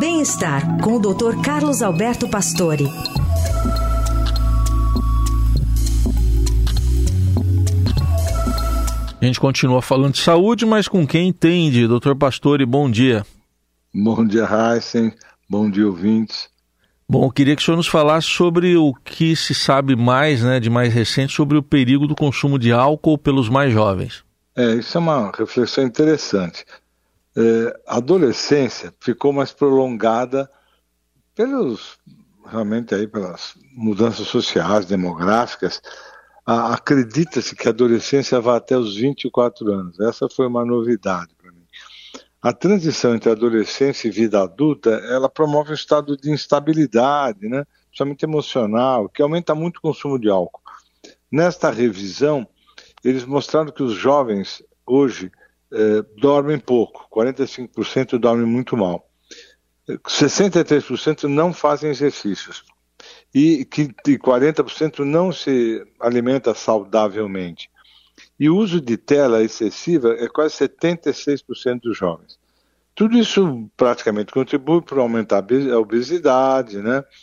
Bem-estar com o Dr. Carlos Alberto Pastore. A gente continua falando de saúde, mas com quem entende. Dr. Pastore, bom dia. Bom dia, Heisen. Bom dia, ouvintes. Bom, eu queria que o senhor nos falasse sobre o que se sabe mais, de mais recente, sobre o perigo do consumo de álcool pelos mais jovens. Isso é uma reflexão interessante. A adolescência ficou mais prolongada pelas mudanças sociais, demográficas. Acredita-se que a adolescência vai até os 24 anos. Essa foi uma novidade para mim. A transição entre adolescência e vida adulta, ela promove um estado de instabilidade, principalmente emocional, que aumenta muito o consumo de álcool. Nesta revisão, eles mostraram que os jovens hoje dormem pouco, 45% dormem muito mal, 63% não fazem exercícios e 40% não se alimenta saudavelmente. E o uso de tela excessiva é quase 76% dos jovens. Tudo isso praticamente contribui para aumentar a obesidade,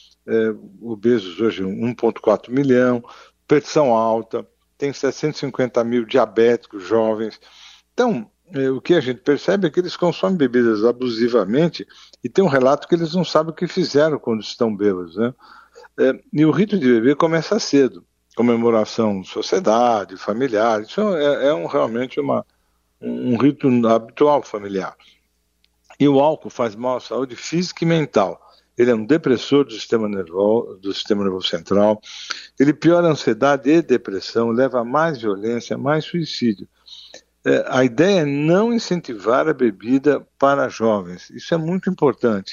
obesos hoje 1,4 milhão, pressão alta, tem 750 mil diabéticos jovens. Então, o que a gente percebe é que eles consomem bebidas abusivamente e tem um relato que eles não sabem o que fizeram quando estão bêbados, E o rito de beber começa cedo. Comemoração de sociedade, familiar, isso realmente um rito habitual familiar. E o álcool faz mal à saúde física e mental. Ele é um depressor do sistema nervoso central, ele piora a ansiedade e depressão, leva a mais violência, mais suicídio. A ideia é não incentivar a bebida para jovens, isso é muito importante,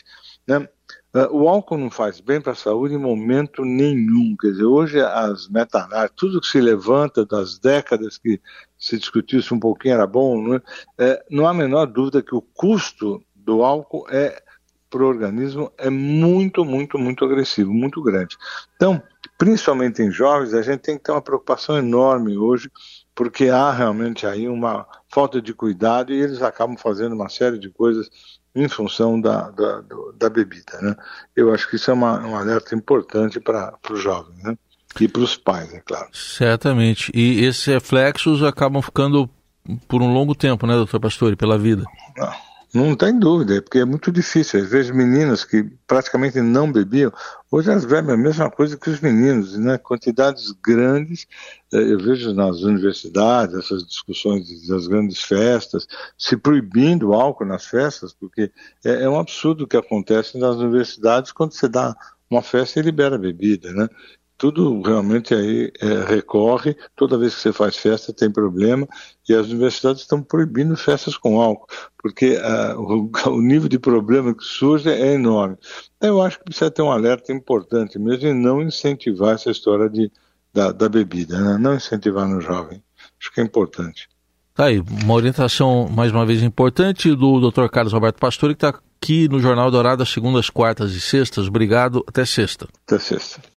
O álcool não faz bem para a saúde em momento nenhum. Quer dizer, hoje as meta-análises, tudo que se levanta das décadas que se discutiu se um pouquinho era bom, não há a menor dúvida que o custo do álcool para o organismo é muito, muito, muito agressivo, muito grande. Então, principalmente em jovens, a gente tem que ter uma preocupação enorme hoje, porque há realmente aí uma falta de cuidado e eles acabam fazendo uma série de coisas em função da bebida, Eu acho que isso é um alerta importante para os jovens, E para os pais, é claro. Certamente. E esses reflexos acabam ficando por um longo tempo, doutor Pastore, pela vida? Não tem dúvida, porque é muito difícil. Às vezes meninas que praticamente não bebiam, hoje elas bebem a mesma coisa que os meninos, quantidades grandes. Eu vejo nas universidades essas discussões das grandes festas, se proibindo o álcool nas festas, porque é um absurdo o que acontece nas universidades quando você dá uma festa e libera bebida, Tudo realmente aí recorre, toda vez que você faz festa tem problema, e as universidades estão proibindo festas com álcool, porque o nível de problema que surge é enorme. Então, eu acho que precisa ter um alerta importante mesmo e não incentivar essa história da bebida, Não incentivar no jovem. Acho que é importante. Tá aí, uma orientação mais uma vez importante do Dr. Carlos Alberto Pastore, que está aqui no Jornal Dourado às segundas, quartas e sextas. Obrigado, até sexta. Até sexta.